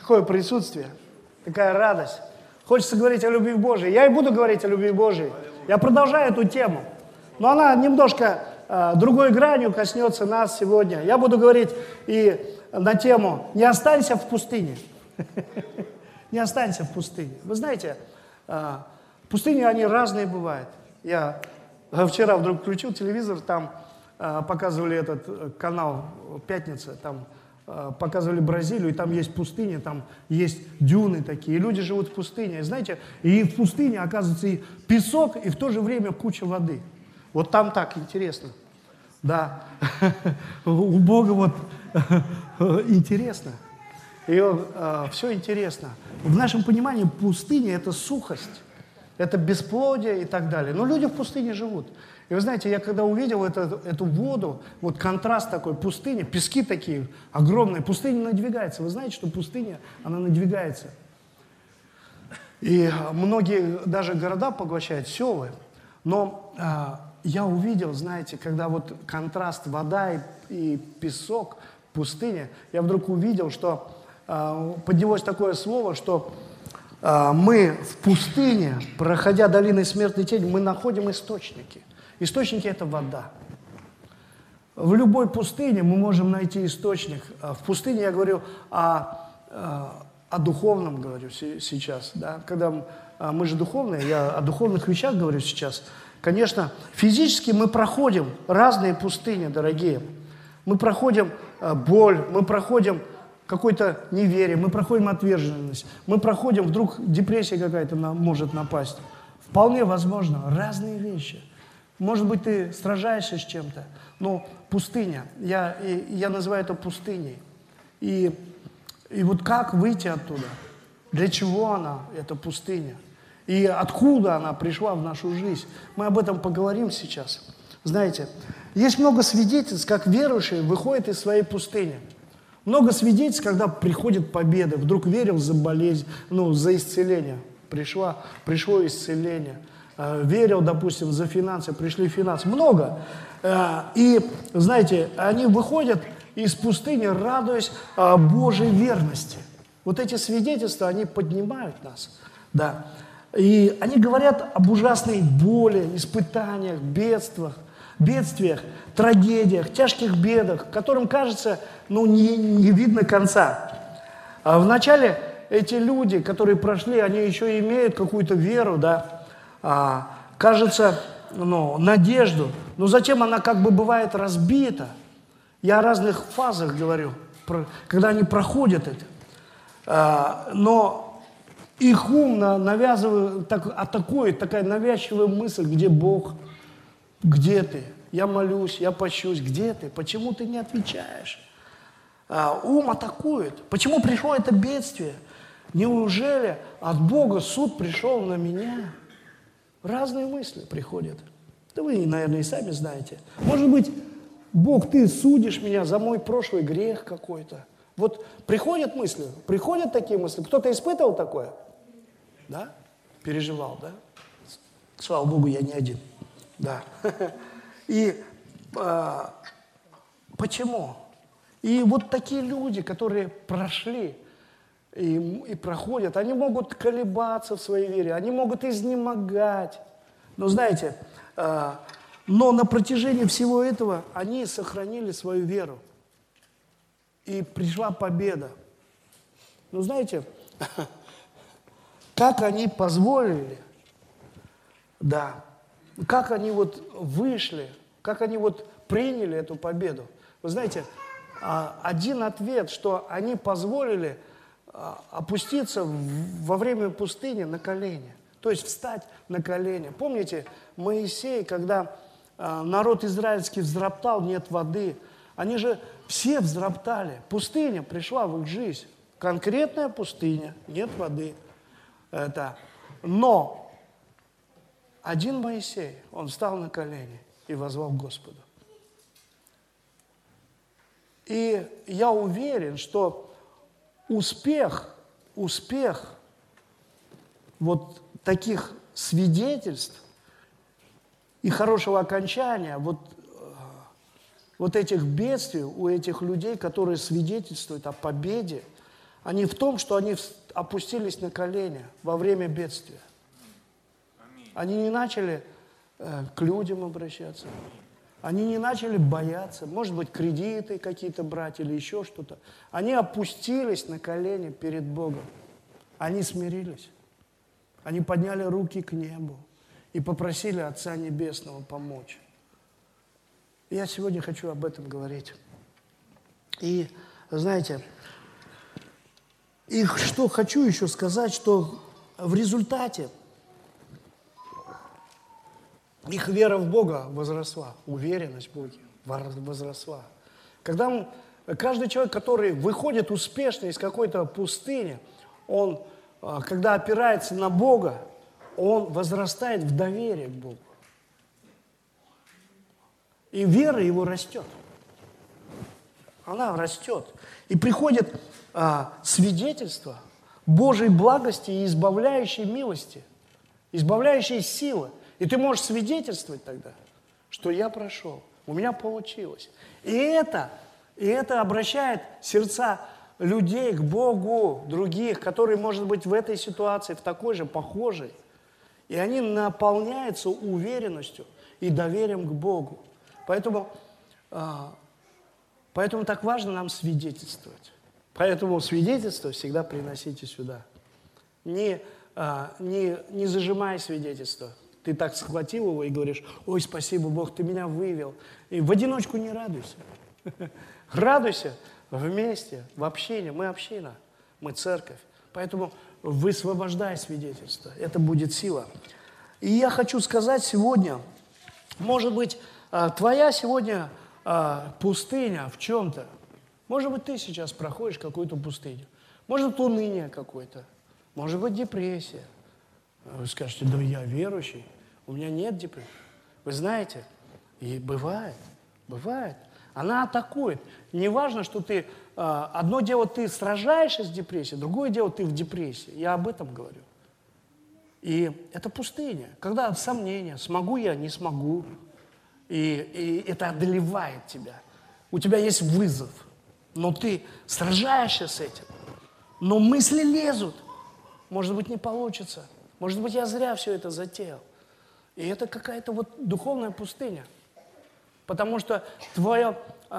Такое присутствие, такая радость. Хочется говорить о любви Божией. Я и буду говорить о любви Божией. Я продолжаю эту тему. Но она немножко другой гранью коснется нас сегодня. Я буду говорить и на тему «Не останься в пустыне». Не останься в пустыне. Вы знаете, пустыни, они разные бывают. Я вчера вдруг включил телевизор, там показывали этот канал «Пятница», там показывали Бразилию, и там есть пустыня, там есть дюны такие, и люди живут в пустыне. И знаете, и в пустыне, оказывается, и песок, и в то же время куча воды. Вот там так интересно. Да, у Бога вот интересно. И все интересно. В нашем понимании пустыня – это сухость, это бесплодие и так далее. Но люди в пустыне живут. И вы знаете, я когда увидел эту воду, вот контраст такой, пустыня, пески такие огромные, пустыня надвигается. Вы знаете, что пустыня, она надвигается. И многие даже города поглощают, селы. Но я увидел, знаете, когда вот контраст вода и песок, пустыня, я вдруг увидел, что поднялось такое слово, что мы в пустыне, проходя долиной смертной тени, мы находим источники. Источники – это вода. В любой пустыне мы можем найти источник. В пустыне я говорю о духовном, говорю сейчас. Да? Когда мы же духовные, я о духовных вещах говорю сейчас. Конечно, физически мы проходим разные пустыни, дорогие. Мы проходим боль, мы проходим какое-то неверие, мы проходим отверженность, мы проходим, вдруг депрессия какая-то может напасть. Вполне возможно, разные вещи. Может быть, ты сражаешься с чем-то, но пустыня, я называю это пустыней. И вот как выйти оттуда? Для чего она, эта пустыня? И откуда она пришла в нашу жизнь? Мы об этом поговорим сейчас. Знаете, есть много свидетельств, как верующие выходят из своей пустыни. Много свидетельств, когда приходит победа. Вдруг верил за болезнь, за исцеление. Пришло исцеление. Верил, допустим, за финансы, пришли финансы. Много. И, знаете, они выходят из пустыни, радуясь Божьей верности. Вот эти свидетельства, они поднимают нас. Да. И они говорят об ужасной боли, испытаниях, бедствиях, трагедиях, тяжких бедах, которым, кажется, не видно конца. А вначале эти люди, которые прошли, они еще имеют какую-то веру, да, кажется, надежду, но затем она как бы бывает разбита. Я о разных фазах говорю, когда они проходят это. Но их ум навязывает, атакует такая навязчивая мысль, где Бог, где ты? Я молюсь, я пощусь, где ты? Почему ты не отвечаешь? Ум атакует. Почему пришло это бедствие? Неужели от Бога суд пришел на меня? Разные мысли приходят. Да вы, наверное, и сами знаете. Может быть, Бог, ты судишь меня за мой прошлый грех какой-то. Вот приходят мысли, приходят такие мысли. Кто-то испытывал такое? Да? Переживал, да? Слава Богу, я не один. Да. И почему? И вот такие люди, которые прошли и проходят, они могут колебаться в своей вере, они могут изнемогать. Но знаете, но на протяжении всего этого они сохранили свою веру. И пришла победа. Но знаете, как они позволили, да, как они вот вышли, как они вот приняли эту победу. Вы знаете, один ответ, что они позволили опуститься во время пустыни на колени, то есть встать на колени. Помните, Моисей, когда народ израильский взроптал, нет воды, они же все взроптали. Пустыня пришла в их жизнь. Конкретная пустыня, нет воды. Но один Моисей, он встал на колени и воззвал к Господу. И я уверен, что успех вот таких свидетельств и хорошего окончания вот этих бедствий у этих людей, которые свидетельствуют о победе, Они в том, что они опустились на колени во время бедствия. Они не начали к людям обращаться. Они не начали бояться, может быть, кредиты какие-то брать или еще что-то. Они опустились на колени перед Богом. Они смирились. Они подняли руки к небу и попросили Отца Небесного помочь. Я сегодня хочу об этом говорить. И, знаете, что хочу еще сказать, что в результате их вера в Бога возросла, уверенность в Боге возросла. Когда каждый человек, который выходит успешно из какой-то пустыни, он, когда опирается на Бога, он возрастает в доверии к Богу. И вера его растет. Она растет. И приходит свидетельство Божьей благости и избавляющей милости, избавляющей силы. И ты можешь свидетельствовать тогда, что я прошел, у меня получилось. И это обращает сердца людей к Богу, других, которые, может быть, в этой ситуации, в такой же, похожей. И они наполняются уверенностью и доверием к Богу. Поэтому так важно нам свидетельствовать. Поэтому свидетельство всегда приносите сюда. Не зажимай свидетельство. Ты так схватил его и говоришь: ой, спасибо, Бог, ты меня вывел. И в одиночку не радуйся. Радуйся вместе, в общине. Мы община, мы церковь. Поэтому высвобождай свидетельство. Это будет сила. И я хочу сказать сегодня, может быть, твоя сегодня пустыня в чем-то. Может быть, ты сейчас проходишь какую-то пустыню. Может быть, уныние какое-то. Может быть, депрессия. Вы скажете: да я верующий, у меня нет депрессии. Вы знаете, и бывает. Она атакует. Не важно, что ты... Одно дело, ты сражаешься с депрессией, другое дело, ты в депрессии. Я об этом говорю. И это пустыня. Когда сомнения, смогу я, не смогу. И это одолевает тебя. У тебя есть вызов, но ты сражаешься с этим. Но мысли лезут. Может быть, не получится. Может быть, я зря все это затеял. И это какая-то вот духовная пустыня. Потому что в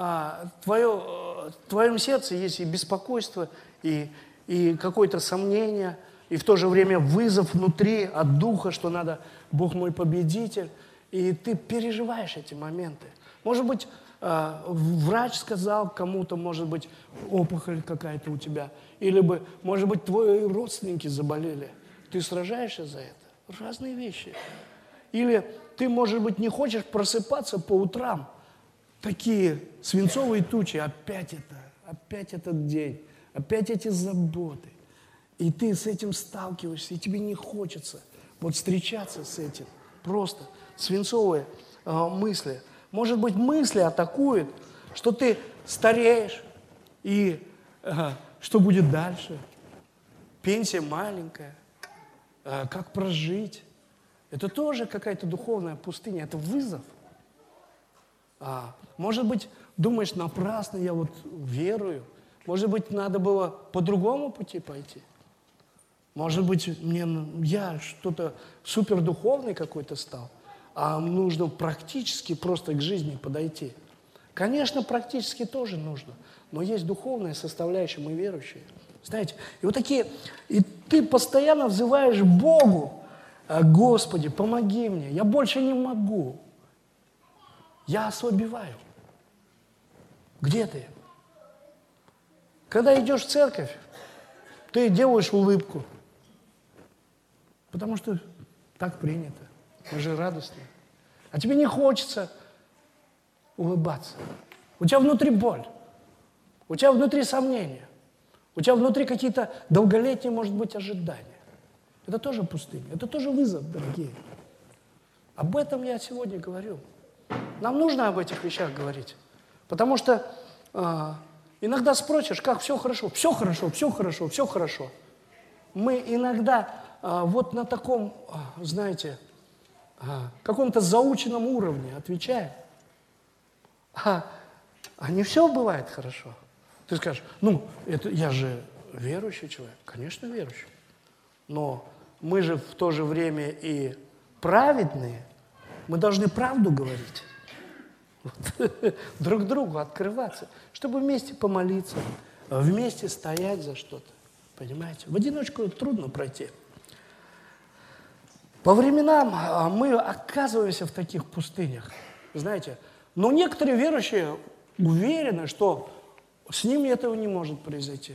твоем сердце есть и беспокойство, и какое-то сомнение, и в то же время вызов внутри от духа, что надо, Бог мой победитель. И ты переживаешь эти моменты. Может быть, врач сказал кому-то, может быть, опухоль какая-то у тебя. Или, может быть, твои родственники заболели. Ты сражаешься за это. Разные вещи. Или ты, может быть, не хочешь просыпаться по утрам. Такие свинцовые тучи. Опять этот день. Опять эти заботы. И ты с этим сталкиваешься, и тебе не хочется вот встречаться с этим. Просто свинцовые мысли. Может быть, мысли атакуют, что ты стареешь, и что будет дальше? Пенсия маленькая. Как прожить? Это тоже какая-то духовная пустыня, это вызов. Может быть, думаешь, напрасно я вот верую. Может быть, надо было по другому пути пойти. Может быть, я что-то супердуховный какой-то стал, а нужно практически просто к жизни подойти. Конечно, практически тоже нужно, но есть духовная составляющая, мы верующие. Знаете, и вот такие, и ты постоянно взываешь Богу: Господи, помоги мне, я больше не могу. Я ослабеваю. Где ты? Когда идешь в церковь, ты делаешь улыбку, потому что так принято. Мы же радостные. А тебе не хочется улыбаться. У тебя внутри боль. У тебя внутри сомнения. У тебя внутри какие-то долголетние, может быть, ожидания. Это тоже пустыня. Это тоже вызов, дорогие. Об этом я сегодня говорю. Нам нужно об этих вещах говорить. Потому что иногда спросишь, как все хорошо. Все хорошо, все хорошо, все хорошо. Мы иногда вот на таком, знаете, каком-то заученном уровне отвечаем. А не все бывает хорошо. Ты скажешь: это я же верующий человек, конечно, верующий. Но мы же в то же время и праведные, мы должны правду говорить. Вот. Друг другу открываться, чтобы вместе помолиться, вместе стоять за что-то. Понимаете? В одиночку трудно пройти. По временам мы оказываемся в таких пустынях, знаете. Но некоторые верующие уверены, что с ними этого не может произойти.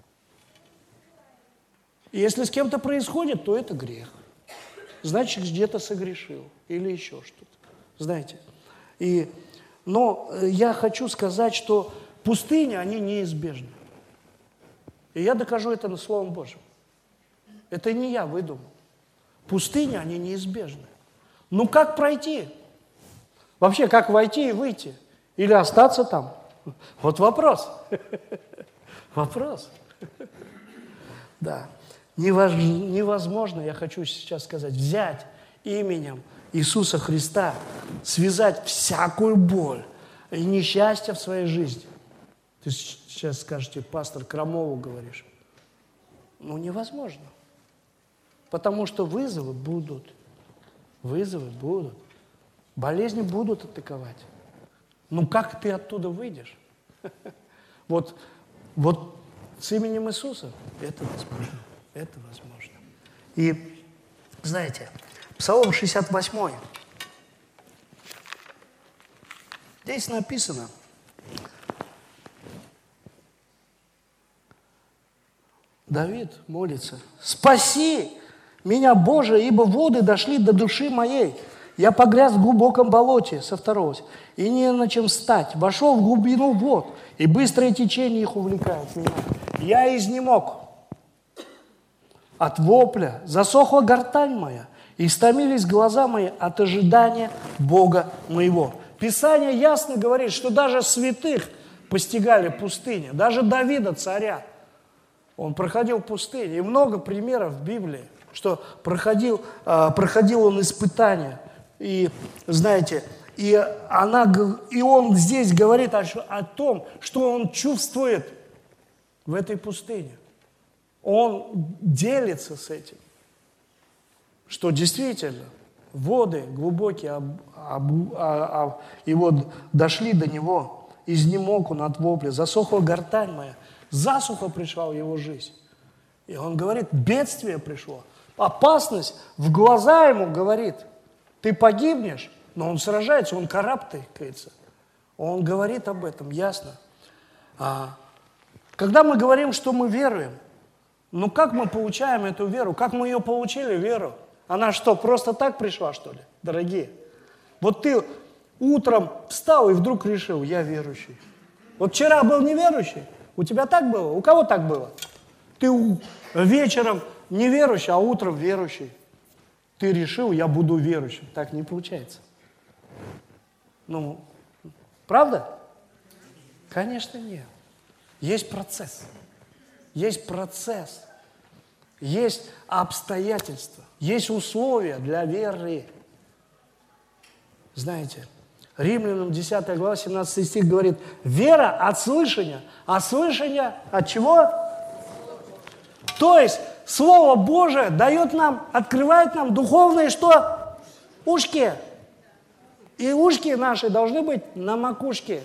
И если с кем-то происходит, то это грех. Значит, где-то согрешил или еще что-то. Знаете. Но я хочу сказать, что пустыни, они неизбежны. И я докажу это на Словом Божьем. Это не я выдумал. Пустыни, они неизбежны. Ну как пройти? Вообще, как войти и выйти? Или остаться там? Вот вопрос. Вопрос. Да. Невозможно, я хочу сейчас сказать, взять именем Иисуса Христа, связать всякую боль и несчастье в своей жизни. Ты сейчас скажете, пастор, Крамову говоришь. Ну, невозможно. Потому что вызовы будут. Вызовы будут. Болезни будут атаковать. Ну, как ты оттуда выйдешь? Вот с именем Иисуса это возможно. Это возможно. И, знаете, Псалом 68. Здесь написано: Давид молится: «Спаси меня, Боже, ибо воды дошли до души моей. Я погряз в глубоком болоте», со второго, «и не на чем встать. Вошел в глубину вод, и быстрое течение их увлекает меня. Я изнемог от вопля, засохла гортань моя, и истомились глаза мои от ожидания Бога моего». Писание ясно говорит, что даже святых постигали пустыни, даже Давида, царя. Он проходил пустыню. И много примеров в Библии, что проходил он испытания. И, знаете, и он здесь говорит о том, что он чувствует в этой пустыне. Он делится с этим, что действительно воды глубокие и вот дошли до него, изнемог он от вопля, засохла гортань моя, засуха пришла в его жизнь. И он говорит, бедствие пришло, опасность в глаза ему говорит, ты погибнешь, но он сражается, он карабкается. Он говорит об этом ясно. Когда мы говорим, что мы веруем, ну как мы получаем эту веру? Как мы ее получили, веру? Она что, просто так пришла, что ли, дорогие? Вот ты утром встал и вдруг решил, я верующий. Вот вчера был неверующий, у тебя так было? У кого так было? Ты вечером неверующий, а утром верующий. Ты решил, я буду верующим. Так не получается. Ну, правда? Конечно, нет. Есть процесс. Есть процесс. Есть обстоятельства. Есть условия для веры. Знаете, Римлянам 10 глава, 17 стих говорит, вера от слышания, а слышание от чего? То есть Слово Божие дает нам, открывает нам духовные что? Ушки. И ушки наши должны быть на макушке.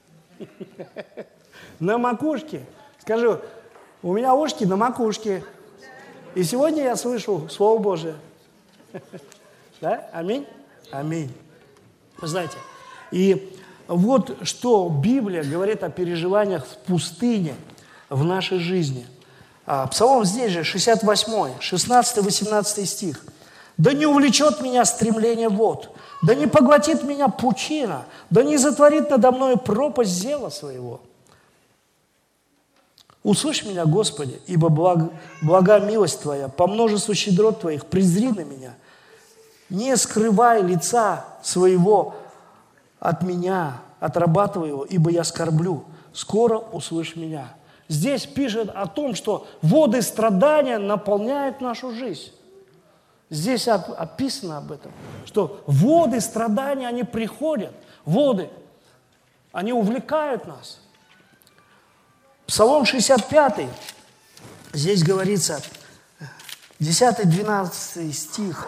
На макушке. Скажу, у меня ушки на макушке. И сегодня я слышу Слово Божие. Да? Аминь? Аминь. Вы знаете, и вот что Библия говорит о переживаниях в пустыне в нашей жизни. Псалом здесь же, 68, 16-18 стих. «Да не увлечет меня стремление вод, да не поглотит меня пучина, да не затворит надо мною пропасть зела своего. Услышь меня, Господи, ибо блага милость Твоя, по множеству щедрот Твоих презри на меня. Не скрывай лица своего от меня, отрабатывай его, ибо я скорблю. Скоро услышь меня». Здесь пишет о том, что воды страдания наполняют нашу жизнь. Здесь описано об этом, что воды страдания, они приходят, воды, они увлекают нас. Псалом 65, здесь говорится, 10-12 стих.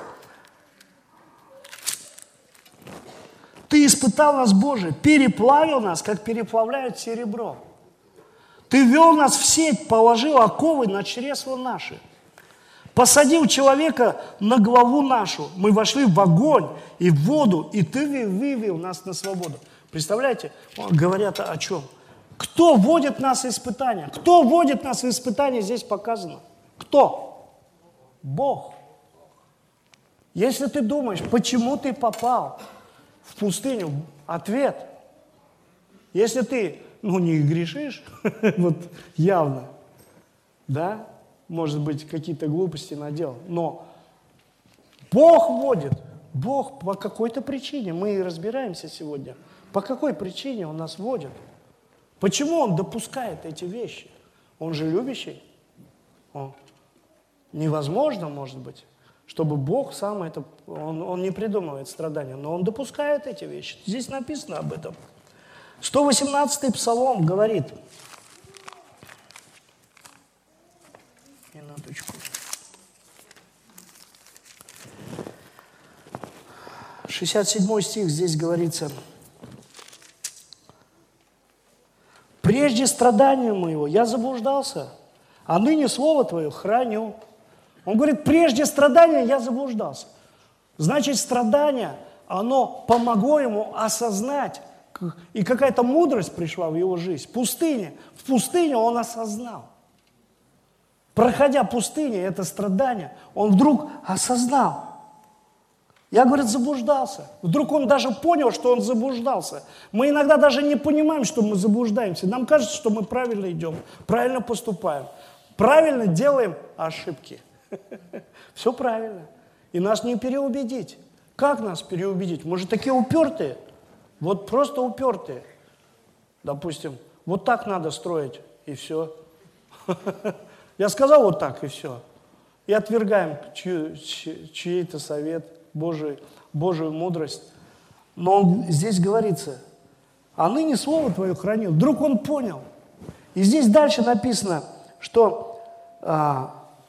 Ты испытал нас, Боже, переплавил нас, как переплавляют серебро. Ты ввел нас в сеть, положил оковы на чресла наши. Посадил человека на главу нашу. Мы вошли в огонь и в воду, и ты вывел нас на свободу. Представляете, говорят о чем? Кто вводит нас в испытания? Кто вводит нас в испытания, здесь показано. Кто? Бог. Если ты думаешь, почему ты попал в пустыню, ответ. Если ты, не грешишь, вот явно, да, может быть, какие-то глупости наделал, но Бог вводит, Бог по какой-то причине, мы и разбираемся сегодня, по какой причине Он нас вводит, почему Он допускает эти вещи, Он же любящий, невозможно, может быть, чтобы Бог сам это, он не придумывает страдания, но Он допускает эти вещи. Здесь написано об этом. 118-й Псалом говорит. Минуточку. 67-й стих здесь говорится. «Прежде страдания моего я заблуждался, а ныне слово Твое храню». Он говорит, прежде страдания я заблуждался. Значит, страдание, оно помогло ему осознать, и какая-то мудрость пришла в его жизнь. В пустыне он осознал. Проходя пустыню, это страдание, он вдруг осознал. Я, говорит, заблуждался. Вдруг он даже понял, что он заблуждался. Мы иногда даже не понимаем, что мы заблуждаемся. Нам кажется, что мы правильно идем, правильно поступаем, правильно делаем ошибки. Все правильно. И нас не переубедить. Как нас переубедить? Мы же такие упертые. Вот просто упертые. Допустим, вот так надо строить, и все. Я сказал вот так, и все. И отвергаем чей-то совет, Божию мудрость. Но здесь говорится, а ныне слово Твое хранил. Вдруг он понял. И здесь дальше написано, что в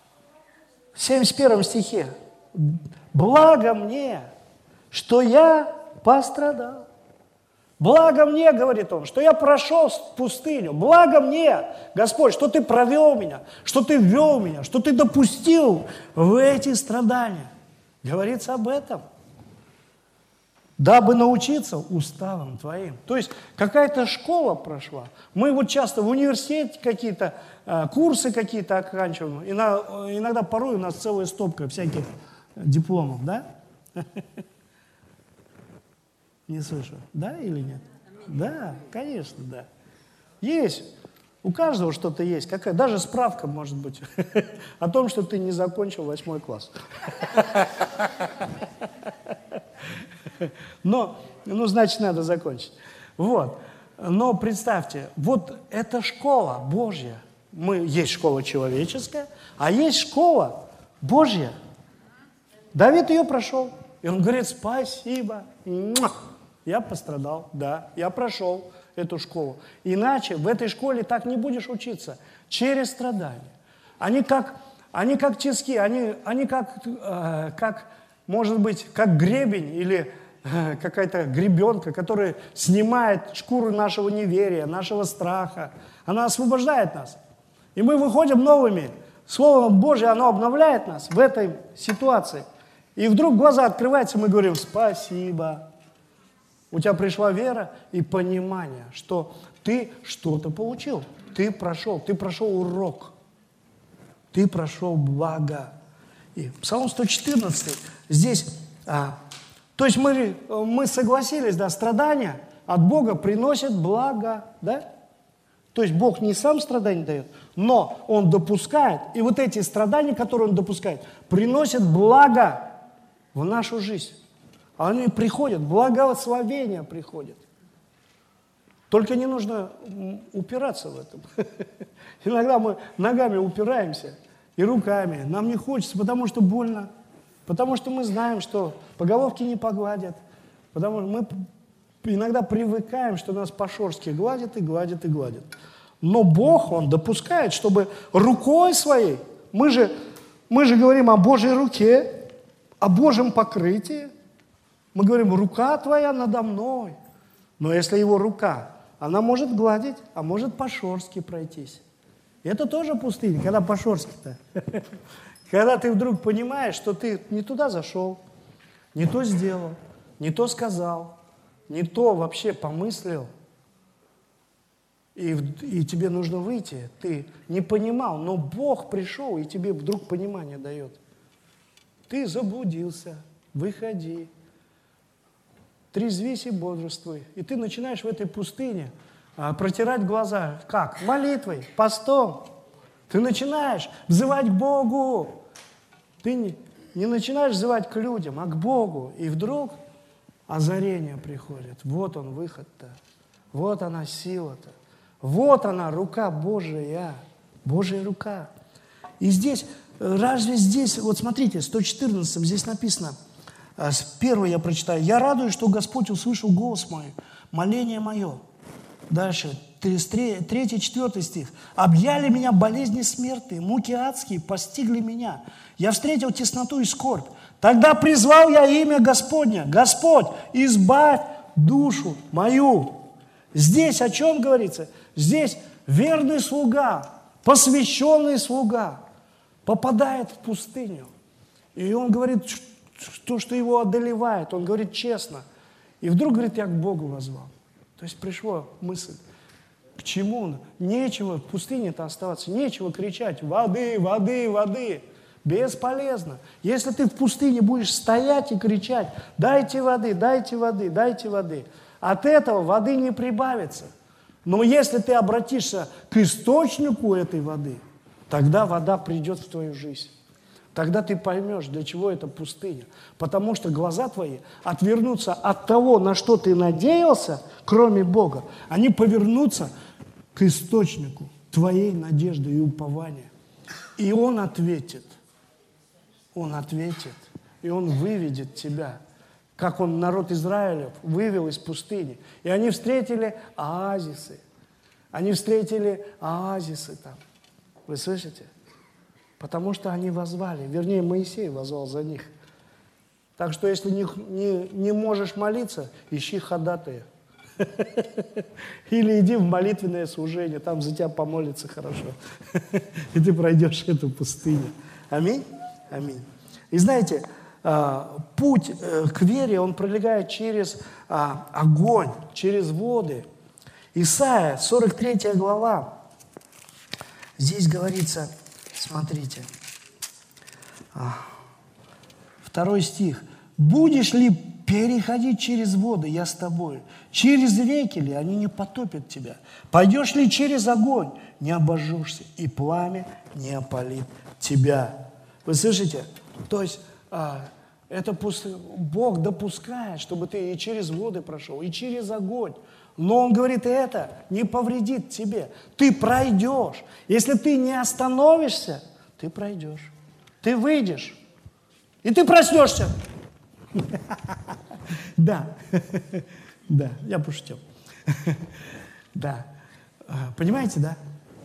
71 стихе, «Благо мне, что я пострадал». Благо мне, говорит он, что я прошел пустыню. Благо мне, Господь, что Ты провел меня, что Ты ввел меня, что Ты допустил в эти страдания. Говорится об этом. Дабы научиться уставам Твоим. То есть какая-то школа прошла. Мы вот часто в университете какие-то курсы какие-то оканчиваем. Иногда порой у нас целая стопка всяких дипломов, да? Не слышу. Да или нет? Да, конечно, да. Есть. У каждого что-то есть. Даже справка может быть о том, что ты не закончил 8 класс. Но, значит, надо закончить. Вот. Но представьте, вот эта школа Божья. Есть школа человеческая, а есть школа Божья. Давид ее прошел. И он говорит, спасибо. Я пострадал, да, я прошел эту школу. Иначе в этой школе так не будешь учиться. Через страдания. Они как тиски, они как, может быть, как гребень или какая-то гребенка, которая снимает шкуру нашего неверия, нашего страха. Она освобождает нас. И мы выходим новыми. Слово Божье, оно обновляет нас в этой ситуации. И вдруг глаза открываются, мы говорим спасибо. У тебя пришла вера и понимание, что ты что-то получил. Ты прошел урок. Ты прошел благо. И Псалом 114, здесь, то есть мы согласились, да, страдания от Бога приносят благо, да? То есть Бог не сам страдания дает, но Он допускает, и вот эти страдания, которые Он допускает, приносят благо в нашу жизнь. Они приходят, благословения приходят. Только не нужно упираться в этом. Иногда мы ногами упираемся и руками. Нам не хочется, потому что больно. Потому что мы знаем, что по головке не погладят. Потому что мы иногда привыкаем, что нас по-шорски гладят и гладят и гладят. Но Бог, Он допускает, чтобы рукой своей, мы же говорим о Божьей руке, о Божьем покрытии. Мы говорим, рука твоя надо мной. Но если Его рука, она может гладить, а может по-шорски пройтись. Это тоже пустыня, когда по-шорски-то. Когда ты вдруг понимаешь, что ты не туда зашел, не то сделал, не то сказал, не то вообще помыслил. И тебе нужно выйти. Ты не понимал, но Бог пришел, и тебе вдруг понимание дает. Ты заблудился, выходи, трезвись и бодрствуй. И ты начинаешь в этой пустыне протирать глаза. Как? Молитвой, постом. Ты начинаешь взывать к Богу. Ты не начинаешь взывать к людям, а к Богу. И вдруг озарение приходит. Вот он выход-то. Вот она сила-то. Вот она, рука Божия, Божья рука. И здесь, разве здесь, вот смотрите, 114 здесь написано, с первого я прочитаю. «Я радуюсь, что Господь услышал голос мой, моление мое». Дальше, 3-4 стих. «Объяли меня болезни смертные, муки адские постигли меня. Я встретил тесноту и скорбь. Тогда призвал я имя Господня. Господь, избавь душу мою». Здесь о чем говорится? Здесь верный слуга, посвященный слуга попадает в пустыню. И он говорит, то, что его одолевает, он говорит честно. И вдруг говорит, я к Богу возвал. То есть пришла мысль, к чему? Нечего в пустыне-то оставаться, нечего кричать, воды, воды, воды. Бесполезно. Если ты в пустыне будешь стоять и кричать, дайте воды, дайте воды, дайте воды, от этого воды не прибавится. Но если ты обратишься к источнику этой воды, тогда вода придет в твою жизнь. Тогда ты поймешь, для чего это пустыня. Потому что глаза твои отвернутся от того, на что ты надеялся, кроме Бога. Они повернутся к источнику твоей надежды и упования. И Он ответит. Он ответит. И Он выведет тебя. Как Он народ Израилев вывел из пустыни. И они встретили оазисы. Они встретили оазисы там. Вы слышите? Потому что они воззвали. Вернее, Моисей воззвал за них. Так что, если не можешь молиться, ищи ходатая. Или иди в молитвенное служение, там за тебя помолится хорошо. И ты пройдешь эту пустыню. Аминь? Аминь. И знаете, путь к вере, он пролегает через огонь, через воды. Исайя, 43 глава. Здесь говорится, смотрите, 2 стих. «Будешь ли переходить через воды, я с тобою? Через реки ли, они не потопят тебя? Пойдешь ли через огонь, не обожжешься, и пламя не опалит тебя». Вы слышите? То есть Бог допускает, чтобы ты и через воды прошел, и через огонь. Но Он говорит, это не повредит тебе. Ты пройдешь. Если ты не остановишься, ты пройдешь. Ты выйдешь. И ты проснешься. Да. Да, я пошутил. Да. Понимаете, да?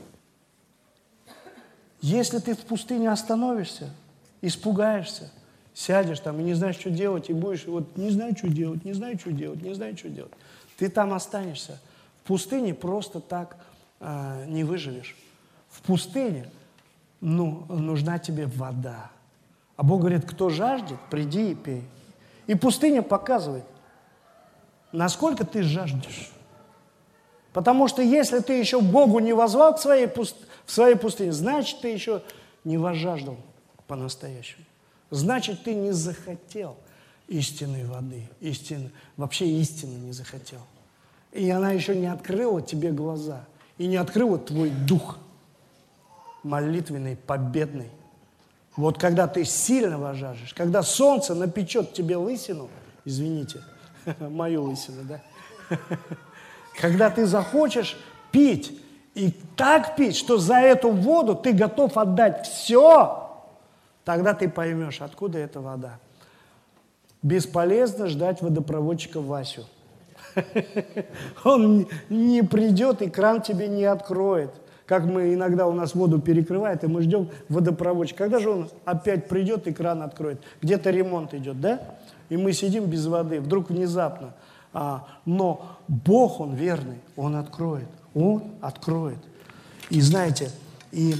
Если ты в пустыне остановишься, испугаешься, сядешь там и не знаешь, что делать, и будешь, вот не знаю, что делать, не знаю, что делать, не знаю, что делать. Ты там останешься. В пустыне просто так не выживешь. В пустыне нужна тебе вода. А Бог говорит, кто жаждет, приди и пей. И пустыня показывает, насколько ты жаждешь. Потому что если ты еще Богу не воззвал в своей пустыне, значит, ты еще не возжаждал по-настоящему. Значит, ты не захотел истинной воды, вообще истины не захотел. И она еще не открыла тебе глаза, и не открыла твой дух молитвенный, победный. Вот когда ты сильно возжаждешь, когда солнце напечет тебе лысину, извините, мою лысину, да? Когда ты захочешь пить, и так пить, что за эту воду ты готов отдать все, тогда ты поймешь, откуда эта вода. Бесполезно ждать водопроводчика Васю. Он не придет и кран тебе не откроет. Как мы иногда у нас воду перекрывает, и мы ждем водопроводчика. Когда же он опять придет и кран откроет? Где-то ремонт идет, да? И мы сидим без воды, вдруг внезапно. Но Бог, Он верный, Он откроет. Он откроет. И знаете, и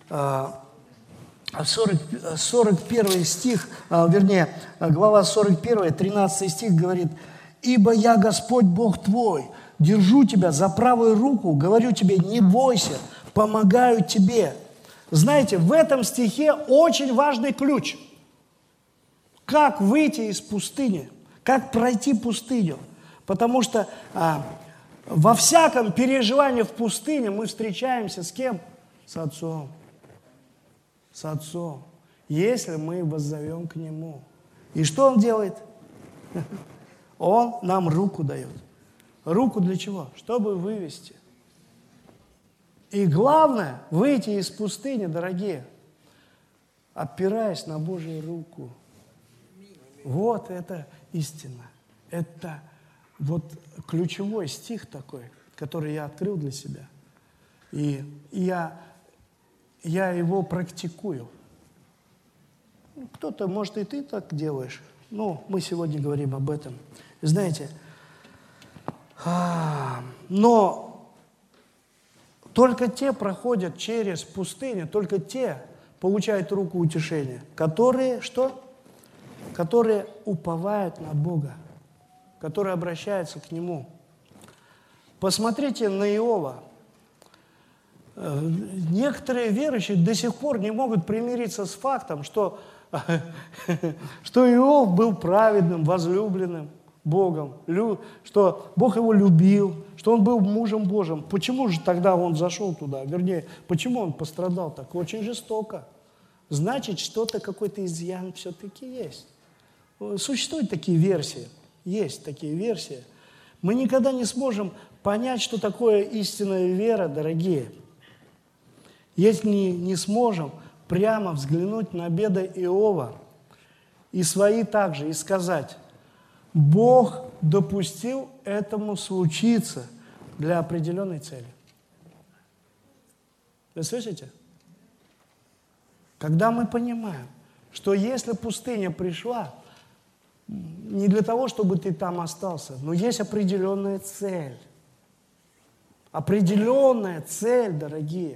41 стих, вернее, глава 41, 13 стих говорит: «Ибо я Господь Бог твой, держу тебя за правую руку, говорю тебе, не бойся, помогаю тебе». Знаете, в этом стихе очень важный ключ. Как выйти из пустыни, как пройти пустыню. Потому что во всяком переживании в пустыне мы встречаемся с кем? С Отцом. С Отцом. Если мы воззовем к Нему. И что Он делает? Он нам руку дает. Руку для чего? Чтобы вывести. И главное, выйти из пустыни, дорогие, опираясь на Божью руку. Вот это истина. Это вот ключевой стих такой, который я открыл для себя. И я его практикую. Кто-то, может, и ты так делаешь. Но мы сегодня говорим об этом. Знаете, но только те проходят через пустыню, только те получают руку утешения, которые, что? Которые уповают на Бога, которые обращаются к Нему. Посмотрите на Иова. Некоторые верующие до сих пор не могут примириться с фактом, что Иов был праведным, возлюбленным Богом, что Бог его любил, что он был мужем Божьим. Почему же тогда он зашел туда? Вернее, почему он пострадал так? Очень жестоко. Значит, что-то, какой-то изъян все-таки есть. Существуют такие версии. Есть такие версии. Мы никогда не сможем понять, что такое истинная вера, дорогие, если не сможем прямо взглянуть на беды Иова и свои также, и сказать: Бог допустил этому случиться для определенной цели. Вы слышите? Когда мы понимаем, что если пустыня пришла, не для того, чтобы ты там остался, но есть определенная цель. Определенная цель, дорогие.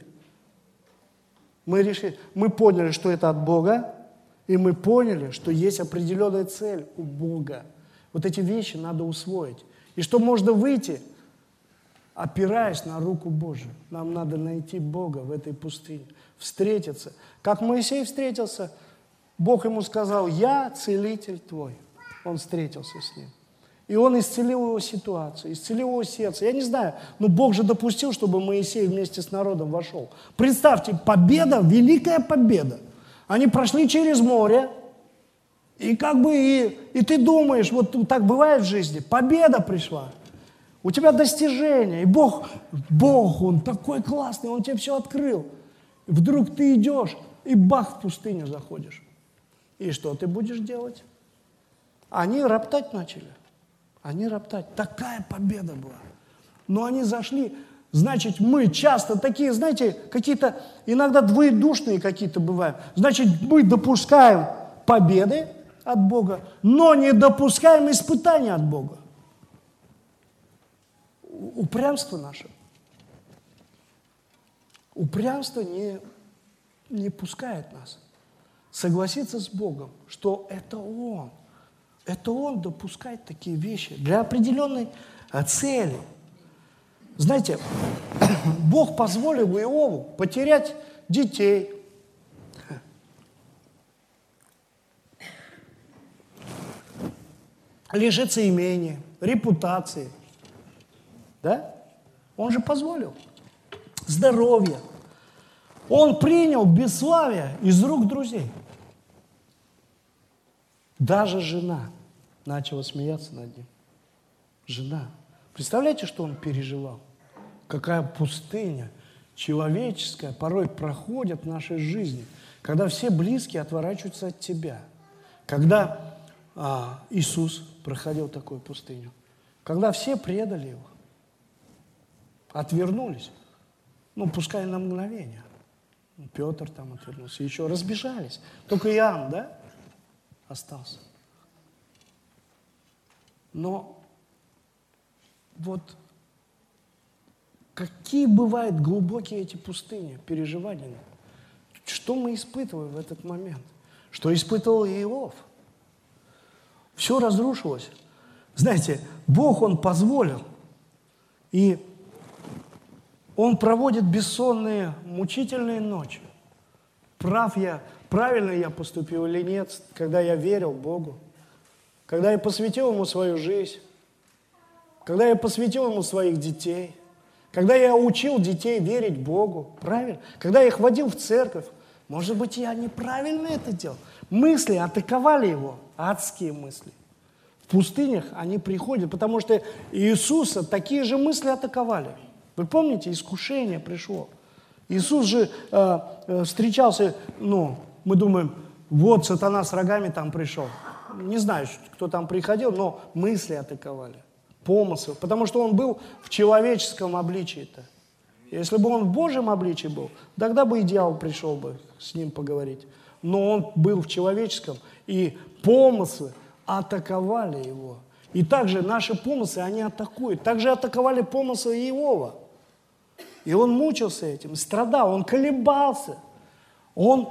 Мы поняли, что это от Бога, и мы поняли, что есть определенная цель у Бога. Вот эти вещи надо усвоить. И что можно выйти, опираясь на руку Божию. Нам надо найти Бога в этой пустыне, встретиться. Как Моисей встретился, Бог ему сказал: «Я целитель твой». Он встретился с ним. И он исцелил его ситуацию, исцелил его сердце. Я не знаю, но Бог же допустил, чтобы Моисей вместе с народом вошел. Представьте, победа, великая победа. Они прошли через море, и как бы и ты думаешь, вот так бывает в жизни, победа пришла. У тебя достижение, и Бог, Он такой классный, Он тебе все открыл. И вдруг ты идешь, и бах, в пустыню заходишь. И что ты будешь делать? Они роптать начали. Они роптать. Такая победа была. Но они зашли. Значит, мы часто такие, знаете, какие-то иногда двоедушные какие-то бывают. Значит, мы допускаем победы от Бога, но не допускаем испытания от Бога. Упрямство наше. Упрямство не пускает нас согласиться с Богом, что это Он. Это Он допускает такие вещи для определенной цели. Знаете, Бог позволил Иову потерять детей, лишиться имения, репутации. Да? Он же позволил. Здоровье. Он принял бесславие из рук друзей. Даже жена начала смеяться над ним. Жена. Представляете, что он переживал? Какая пустыня человеческая порой проходит в нашей жизни, когда все близкие отворачиваются от тебя. Когда Иисус проходил такую пустыню. когда все предали его, отвернулись, ну, пускай на мгновение. Петр там отвернулся, еще разбежались. Только Иоанн, да, остался. Но вот какие бывают глубокие эти пустыни, переживания? Что мы испытываем в этот момент? Что испытывал Иов? Все разрушилось. Знаете, Бог, Он позволил. И Он проводит бессонные, мучительные ночи. Правильно я поступил или нет, когда я верил Богу, когда я посвятил Ему свою жизнь, когда я посвятил Ему своих детей, когда я учил детей верить Богу, правильно? Когда я их водил в церковь, может быть, я неправильно это делал. Мысли атаковали его, адские мысли. В пустынях они приходят, потому что Иисуса такие же мысли атаковали. Вы помните, искушение пришло. Иисус же встречался, мы думаем, вот сатана с рогами там пришел. Не знаю, кто там приходил, но мысли атаковали, помыслы, потому что он был в человеческом обличии-то. Если бы он в Божьем обличии был, тогда бы и дьявол пришел бы с ним поговорить. Но он был в человеческом, и помыслы атаковали его. И также наши помыслы, они атакуют. Также атаковали помыслы Иова. И он мучился этим, страдал, он колебался. Он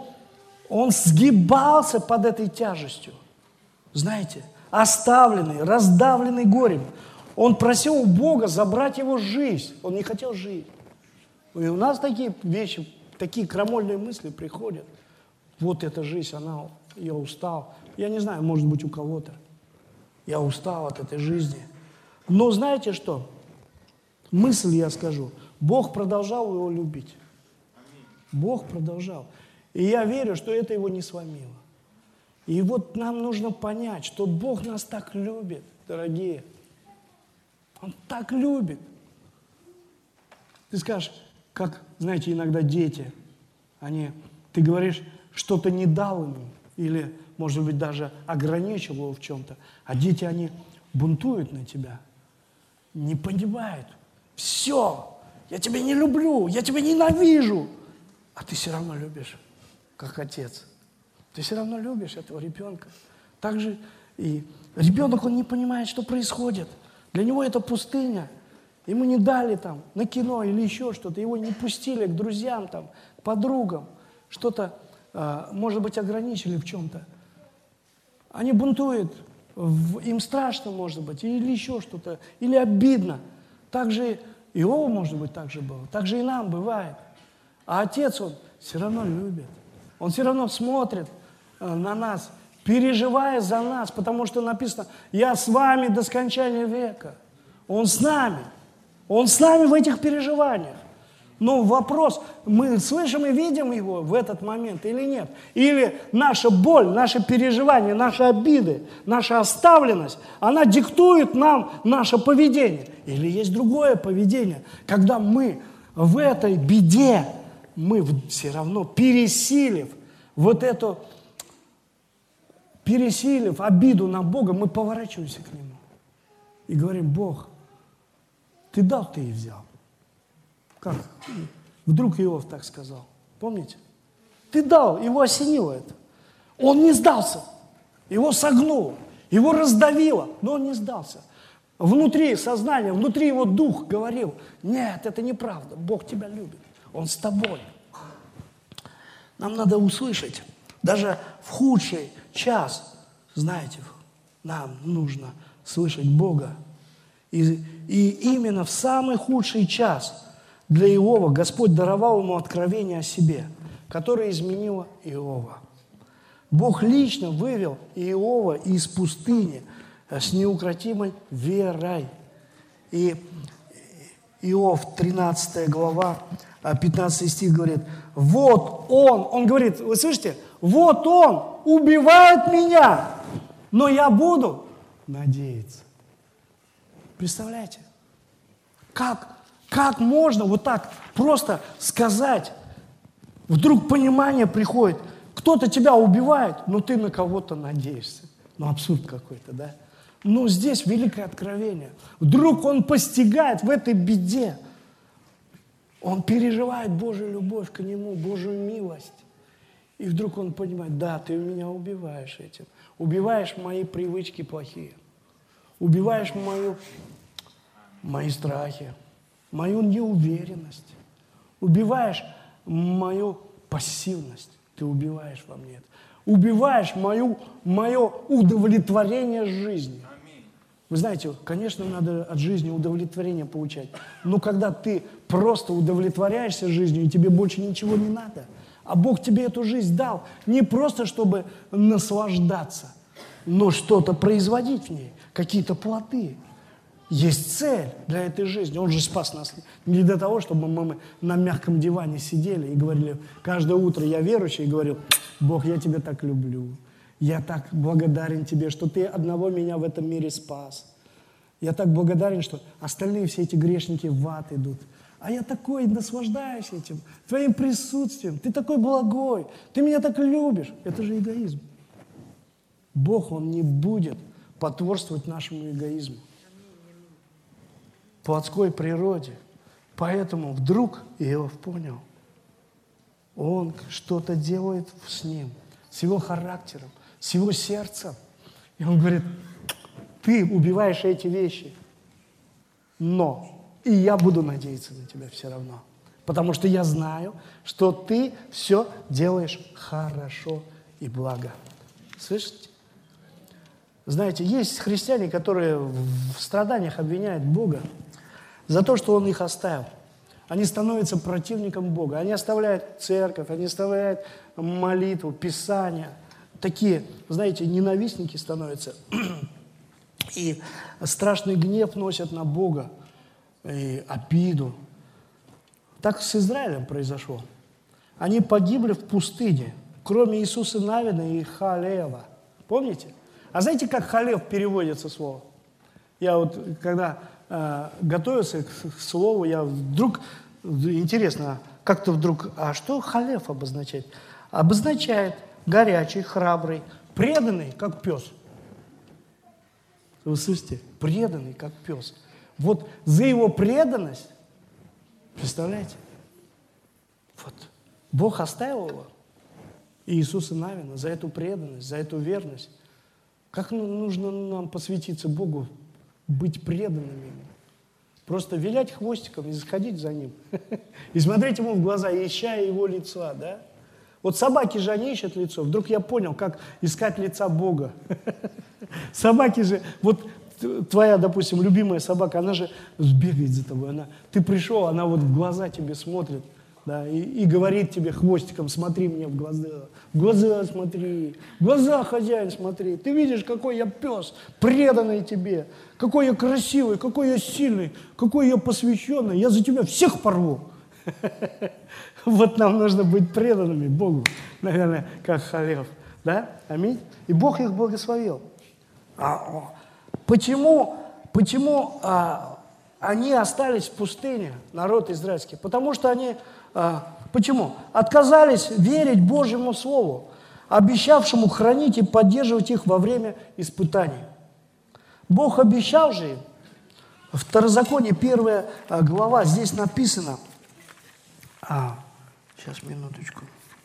сгибался под этой тяжестью. Знаете, оставленный, раздавленный горем. Он просил у Бога забрать его жизнь. Он не хотел жить. И у нас такие вещи, такие крамольные мысли приходят. Вот эта жизнь, я устал. Я не знаю, может быть, у кого-то. Я устал от этой жизни. Но знаете что? Мысль я скажу. Бог продолжал его любить. Бог продолжал. И я верю, что это его не сломило. И вот нам нужно понять, что Бог нас так любит, дорогие. Он так любит. Ты скажешь, как, знаете, иногда дети, ты говоришь, что-то не дал ему, или, может быть, даже ограничил его в чем-то, а дети, они бунтуют на тебя, не понимают. Все, я тебя не люблю, я тебя ненавижу, а ты все равно любишь, как отец. Ты все равно любишь этого ребенка. Так же и ребенок, он не понимает, что происходит. Для него это пустыня. Ему не дали там на кино или еще что-то, его не пустили к друзьям, там, к подругам, что-то, может быть, ограничили в чем-то. Они бунтуют, им страшно, может быть, или еще что-то, или обидно. Так же Иову, может быть, так же было, так же и нам бывает. А отец, он все равно любит, он все равно смотрит на нас, переживая за нас, потому что написано, я с вами до скончания века. Он с нами в этих переживаниях. Но вопрос, мы слышим и видим его в этот момент или нет? Или наша боль, наши переживания, наши обиды, наша оставленность, она диктует нам наше поведение? Или есть другое поведение, когда мы в этой беде, мы все равно пересилив обиду на Бога, мы поворачиваемся к Нему и говорим, Бог, Ты дал, Ты и взял. Как? Вдруг Иов так сказал. Помните? Ты дал, его осенило это. Он не сдался. Его согнуло, его раздавило, но он не сдался. Внутри сознания, внутри его дух говорил, нет, это неправда, Бог тебя любит, Он с тобой. Нам надо услышать, даже в худший час, знаете, нам нужно слышать Бога. И именно в самый худший час для Иова Господь даровал ему откровение о себе, которое изменило Иова. Бог лично вывел Иова из пустыни с неукротимой верой. И Иов, 13 глава, 15 стих говорит, вот он говорит, вы слышите, вот он убивает меня, но я буду надеяться. Представляете? Как можно вот так просто сказать? Вдруг понимание приходит. Кто-то тебя убивает, но ты на кого-то надеешься. Ну, абсурд какой-то, да? Но здесь великое откровение. Вдруг он постигает в этой беде. Он переживает Божью любовь к нему, Божью милость. И вдруг он понимает, да, ты меня убиваешь этим. Убиваешь мои привычки плохие. Убиваешь мои страхи, мою неуверенность. Убиваешь мою пассивность. Ты убиваешь во мне это. Убиваешь мое удовлетворение жизни. Вы знаете, конечно, надо от жизни удовлетворение получать. Но когда ты просто удовлетворяешься жизнью, и тебе больше ничего не надо, а Бог тебе эту жизнь дал не просто, чтобы наслаждаться, но что-то производить в ней, какие-то плоды. Есть цель для этой жизни. Он же спас нас не для того, чтобы мы на мягком диване сидели и говорили, каждое утро я верующий и говорю, Бог, я тебя так люблю. Я так благодарен тебе, что ты одного меня в этом мире спас. Я так благодарен, что остальные все эти грешники в ад идут. А я такой наслаждаюсь этим, твоим присутствием. Ты такой благой, ты меня так любишь. Это же эгоизм. Бог, Он не будет потворствовать нашему эгоизму, плотской природе. Поэтому вдруг Иов понял, он что-то делает с ним, с его характером, с его сердцем. И он говорит, ты убиваешь эти вещи, но и я буду надеяться на тебя все равно. Потому что я знаю, что ты все делаешь хорошо и благо. Слышите? Знаете, есть христиане, которые в страданиях обвиняют Бога за то, что Он их оставил. Они становятся противником Бога. Они оставляют церковь, они оставляют молитву, Писание. Такие, знаете, ненавистники становятся. И страшный гнев носят на Бога, и обиду. Так с Израилем произошло. Они погибли в пустыне, кроме Иисуса Навина и Халева. Помните? А знаете, как Халев переводится слово? Я вот, когда готовился к слову, я вдруг, интересно, как-то вдруг, а что Халев обозначает? Обозначает горячий, храбрый, преданный, как пес. Вы слышите? Преданный, как пес. Вот за его преданность, представляете? Вот, Бог оставил его, и Иисуса Навина, за эту преданность, за эту верность. Как нужно нам посвятиться Богу, быть преданными Ему? Просто вилять хвостиком и сходить за Ним. И смотреть Ему в глаза, ища Его лица, да? Вот собаки же, они ищут лицо. Вдруг я понял, как искать лица Бога. Собаки же, вот твоя, допустим, любимая собака, она же бегает за тобой. Ты пришел, она вот в глаза тебе смотрит, да, и говорит тебе хвостиком, смотри мне в глаза смотри, в глаза, хозяин, смотри. Ты видишь, какой я пес, преданный тебе, какой я красивый, какой я сильный, какой я посвященный, я за тебя всех порву. Вот нам нужно быть преданными Богу, наверное, как Халев, да, аминь. И Бог их благословил. Почему они остались в пустыне, народ израильский? Потому что они, почему? Отказались верить Божьему Слову, обещавшему хранить и поддерживать их во время испытаний. Бог обещал же им, в Второзаконие 1 глава, здесь написано, сейчас, минуточку.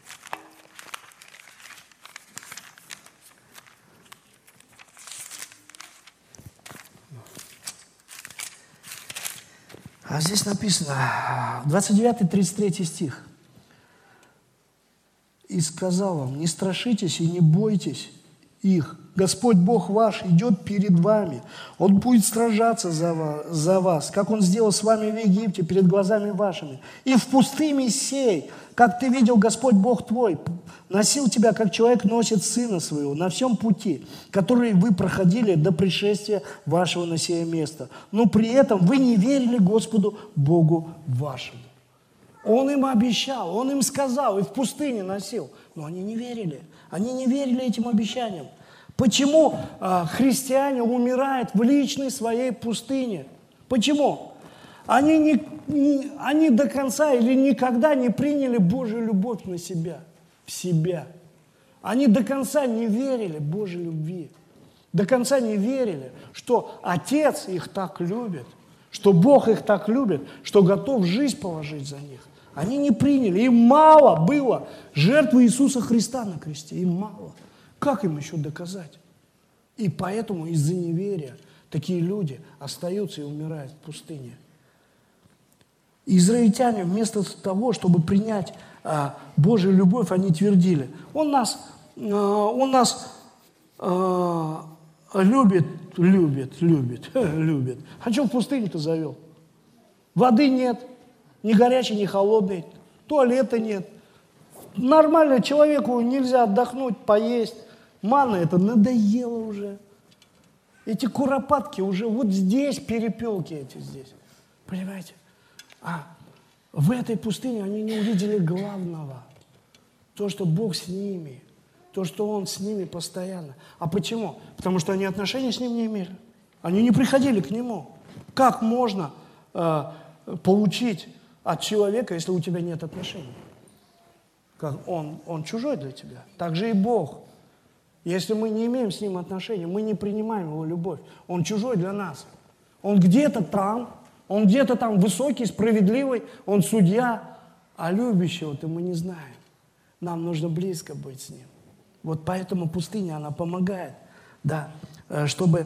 А здесь написано, 29-33 стих. «И сказал вам, не страшитесь и не бойтесь их. Господь Бог ваш идет перед вами. Он будет сражаться за вас, как Он сделал с вами в Египте, перед глазами вашими. И в пустыне сей, как ты видел, Господь Бог твой, носил тебя, как человек носит сына своего, на всем пути, который вы проходили до пришествия вашего на сие место. Но при этом вы не верили Господу Богу вашему». Он им обещал, Он им сказал, и в пустыне носил. Но они не верили. Они не верили этим обещаниям. Почему христиане умирают в личной своей пустыне? Почему? Они до конца или никогда не приняли Божью любовь на себя, в себя. Они до конца не верили Божьей любви. до конца не верили, что Отец их так любит, что Бог их так любит, что готов жизнь положить за них. Они не приняли, им мало было жертвы Иисуса Христа на кресте, им мало. Как им еще доказать? И поэтому из-за неверия такие люди остаются и умирают в пустыне. Израильтяне вместо того, чтобы принять Божью любовь, они твердили: Он нас любит. А что в пустыню-то завел? Воды нет, ни горячей, ни холодной, туалета нет. Нормально человеку нельзя отдохнуть, поесть. Манна это надоело уже. Эти куропатки уже вот здесь, перепелки эти здесь. Понимаете? А в этой пустыне они не увидели главного. То, что Бог с ними. То, что Он с ними постоянно. А почему? Потому что они отношения с Ним не имели. Они не приходили к Нему. Как можно получить от человека, если у тебя нет отношений? Как он чужой для тебя. Так же и Бог. Если мы не имеем с Ним отношений, мы не принимаем Его любовь. Он чужой для нас. Он где-то там высокий, справедливый, Он судья, а любящего-то мы не знаем. Нам нужно близко быть с Ним. Вот поэтому пустыня, она помогает, да, чтобы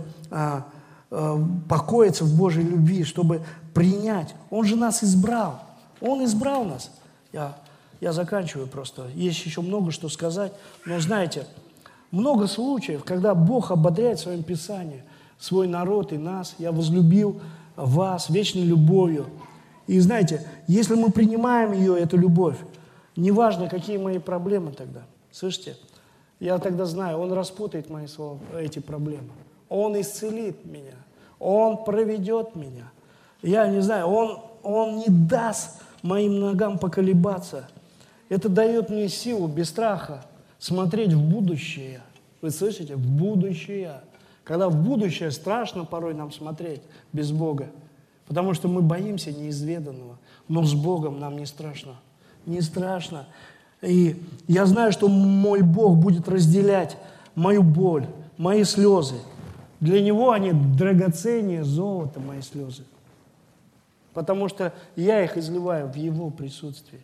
покоиться в Божьей любви, чтобы принять. Он же нас избрал. Он избрал нас. Я заканчиваю просто. Есть еще много что сказать. Но знаете, много случаев, когда Бог ободряет в Своем Писании свой народ и нас. Я возлюбил вас вечной любовью. И знаете, если мы принимаем ее, эту любовь, неважно, какие мои проблемы тогда. Слышите? Я тогда знаю, Он распутает мои эти проблемы. Он исцелит меня. Он проведет меня. Я не знаю, Он не даст моим ногам поколебаться. Это дает мне силу без страха смотреть в будущее. Вы слышите? В будущее. Когда в будущее страшно порой нам смотреть без Бога. Потому что мы боимся неизведанного. Но с Богом нам не страшно. Не страшно. И я знаю, что мой Бог будет разделять мою боль, мои слезы. Для Него они драгоценнее золота, мои слезы. Потому что я их изливаю в Его присутствии.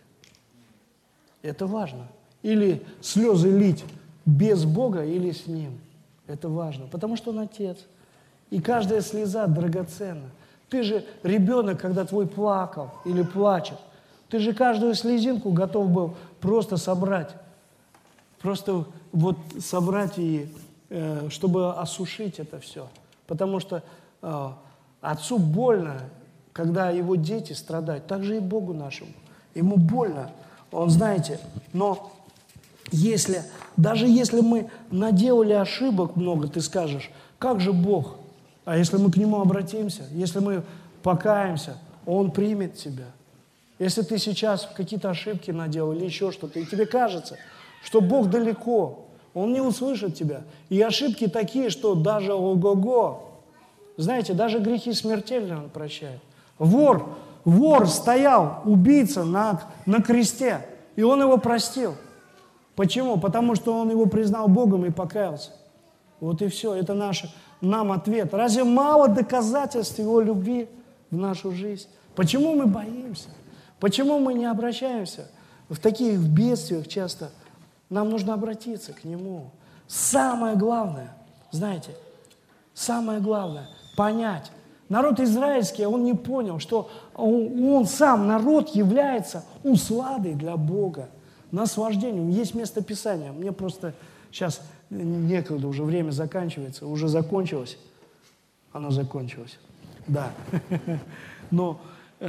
Это важно. Или слезы лить без Бога, или с Ним. Это важно, потому что Он Отец. И каждая слеза драгоценна. Ты же ребенок, когда твой плакал или плачет, ты же каждую слезинку готов был просто собрать. Просто вот собрать и чтобы осушить это все. Потому что отцу больно, когда его дети страдают. Так же и Богу нашему. Ему больно. Он, знаете, но даже если мы наделали ошибок много, ты скажешь, как же Бог? А если мы к Нему обратимся, если мы покаемся, Он примет тебя. Если ты сейчас какие-то ошибки наделал или еще что-то, и тебе кажется, что Бог далеко, Он не услышит тебя. И ошибки такие, что даже ого-го. Знаете, даже грехи смертельные Он прощает. Вор стоял, убийца на кресте, и Он его простил. Почему? Потому что он его признал Богом и покаялся. Вот и все. Это нам ответ. Разве мало доказательств Его любви в нашу жизнь? Почему мы боимся? Почему мы не обращаемся в таких бедствиях часто? Нам нужно обратиться к Нему. Самое главное, знаете, самое главное – понять. Народ израильский, он не понял, что он сам, народ, является усладой для Бога, наслаждением. Есть место Писания. Мне просто сейчас некогда, уже время заканчивается, уже закончилось. Оно закончилось, да. Но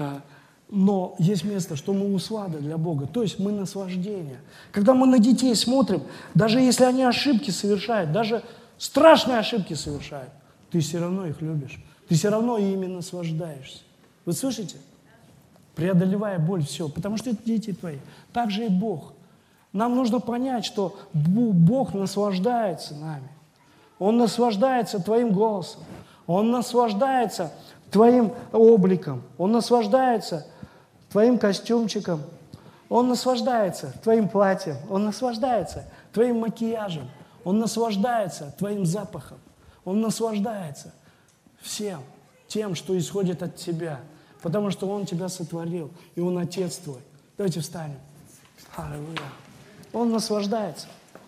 есть место, что мы услада для Бога, то есть мы наслаждение. Когда мы на детей смотрим, даже если они ошибки совершают, даже страшные ошибки совершают, ты все равно их любишь, ты все равно ими наслаждаешься. Вы слышите? Преодолевая боль, все, потому что это дети твои. Так же и Бог. Нам нужно понять, что Бог наслаждается нами. Он наслаждается твоим голосом, Он наслаждается твоим обликом, Он наслаждается твоим костюмчиком, Он наслаждается твоим платьем, Он наслаждается твоим макияжем, Он наслаждается твоим запахом, Он наслаждается всем тем, что исходит от тебя, потому что Он тебя сотворил, и Он Отец твой. Давайте встанем. Аллилуйя. Он наслаждается.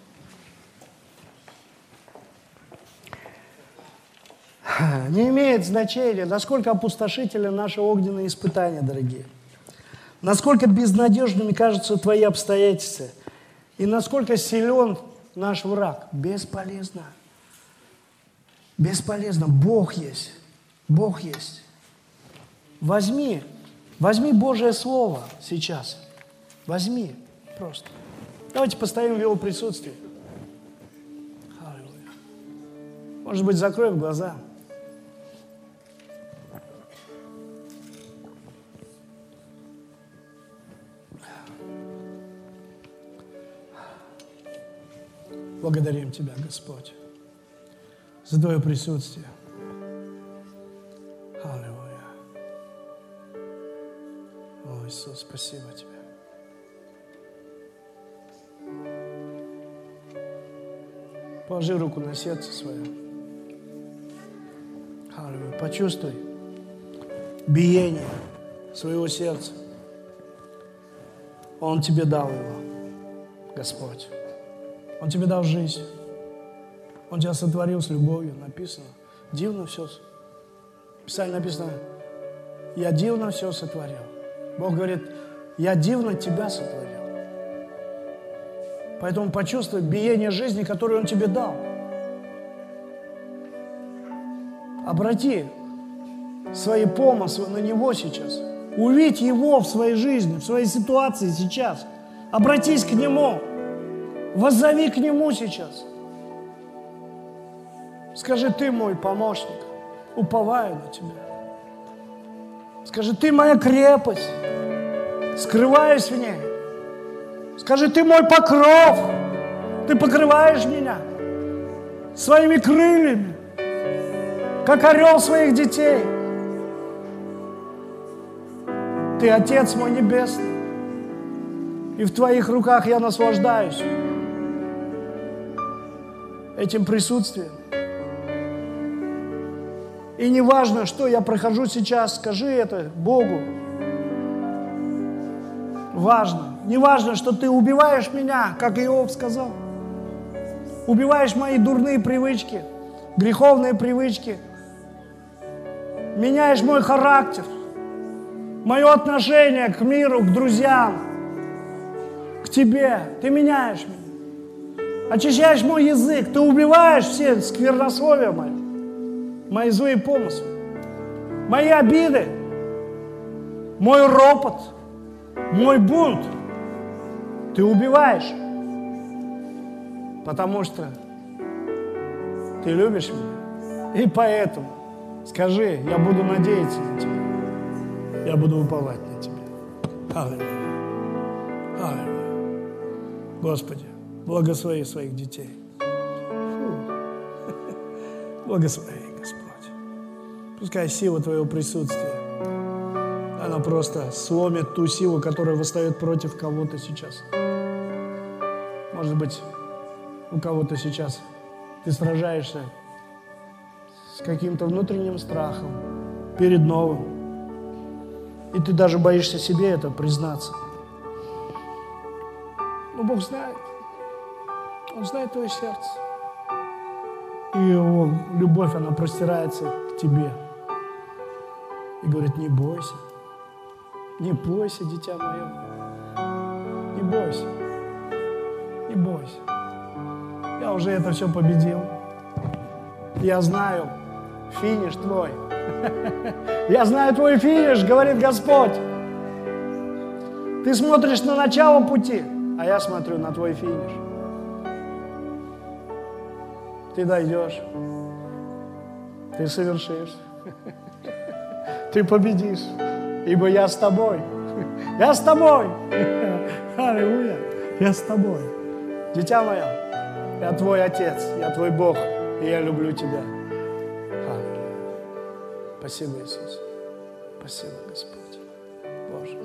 Не имеет значения, насколько опустошительны наши огненные испытания, дорогие. Насколько безнадежными кажутся твои обстоятельства. И насколько силен наш враг. Бесполезно. Бесполезно. Бог есть. Бог есть. Возьми Божье Слово сейчас. Возьми просто. Давайте постоим в Его присутствии. Аллилуйя. Может быть, закроем глаза. Благодарим Тебя, Господь, за Твое присутствие. Аллилуйя. О, Иисус, спасибо Тебе. Положи руку на сердце свое. Аллилуйя. Почувствуй биение своего сердца. Он тебе дал его, Господь. Он тебе дал жизнь. Он тебя сотворил с любовью, написано. Дивно все. В Писании написано, я дивно все сотворил. Бог говорит, я дивно тебя сотворил. Поэтому почувствуй биение жизни, которую Он тебе дал. Обрати свои помыслы на Него сейчас. Увидь Его в своей жизни, в своей ситуации сейчас. Обратись к Нему. Воззови к Нему сейчас. Скажи, Ты мой помощник, уповаю на Тебя. Скажи, Ты моя крепость, скрываюсь в ней. Скажи, Ты мой покров, Ты покрываешь меня своими крыльями, как орел своих детей. Ты Отец мой небесный, и в Твоих руках я наслаждаюсь этим присутствием. И не важно, что я прохожу сейчас, скажи это Богу. Важно. Не важно, что ты убиваешь меня, как Иов сказал. Убиваешь мои дурные привычки, греховные привычки. Меняешь мой характер, мое отношение к миру, к друзьям, к Тебе. Ты меняешь меня. Очищаешь мой язык, Ты убиваешь все сквернословия мои злые помыслы, мои обиды, мой ропот, мой бунт. Ты убиваешь, потому что Ты любишь меня. И поэтому скажи, я буду надеяться на Тебя, я буду уповать на Тебя. Аллилуйя. Аллилуйя. Господи, благослови своих детей. Благослови, Господь. Пускай сила Твоего присутствия, она просто сломит ту силу, которая восстает против кого-то сейчас. Может быть, у кого-то сейчас ты сражаешься с каким-то внутренним страхом перед новым. И ты даже боишься себе это признаться. Но Бог знает. Он знает твое сердце. И Его любовь, она простирается к тебе. И говорит, не бойся. Не бойся, дитя мое. Не бойся. Не бойся. Я уже это все победил. Я знаю финиш твой. Я знаю твой финиш, говорит Господь. Ты смотришь на начало пути, а я смотрю на твой финиш. Ты дойдешь. Ты совершишь. Ты победишь. Ибо я с тобой. Я с тобой. Аллилуйя. Я с тобой. Дитя мое, я твой Отец, я твой Бог, и я люблю тебя. Аллилуйя. Спасибо, Иисус. Спасибо, Господь. Боже.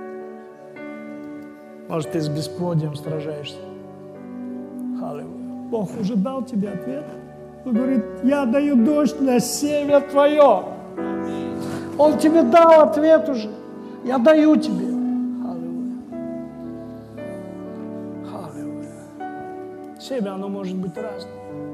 Может, ты с бесплодием сражаешься. Аллилуйя. Бог уже дал тебе ответ. Он говорит, я даю дождь на семя твое. Он тебе дал ответ уже. Я даю тебе. Семя, оно может быть разным.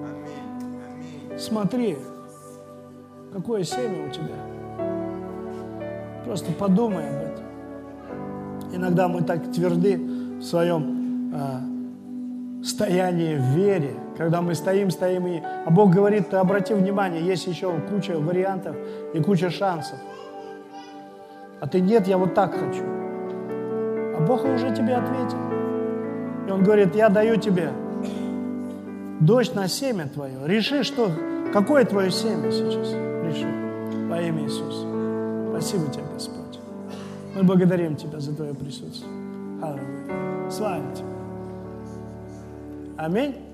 Смотри, какое семя у тебя. Просто подумай об этом. Иногда мы так тверды в своем стоянии в вере. Когда мы стоим, а Бог говорит, ты обрати внимание, есть еще куча вариантов и куча шансов. А ты нет, я вот так хочу. А Бог уже тебе ответил. И Он говорит, я даю тебе дождь на семя твое. Реши, какое твое семя сейчас. Реши. Во имя Иисуса. Спасибо тебе, Господь. Мы благодарим Тебя за Твое присутствие. Аллилуйя. Славим Тебя. Аминь.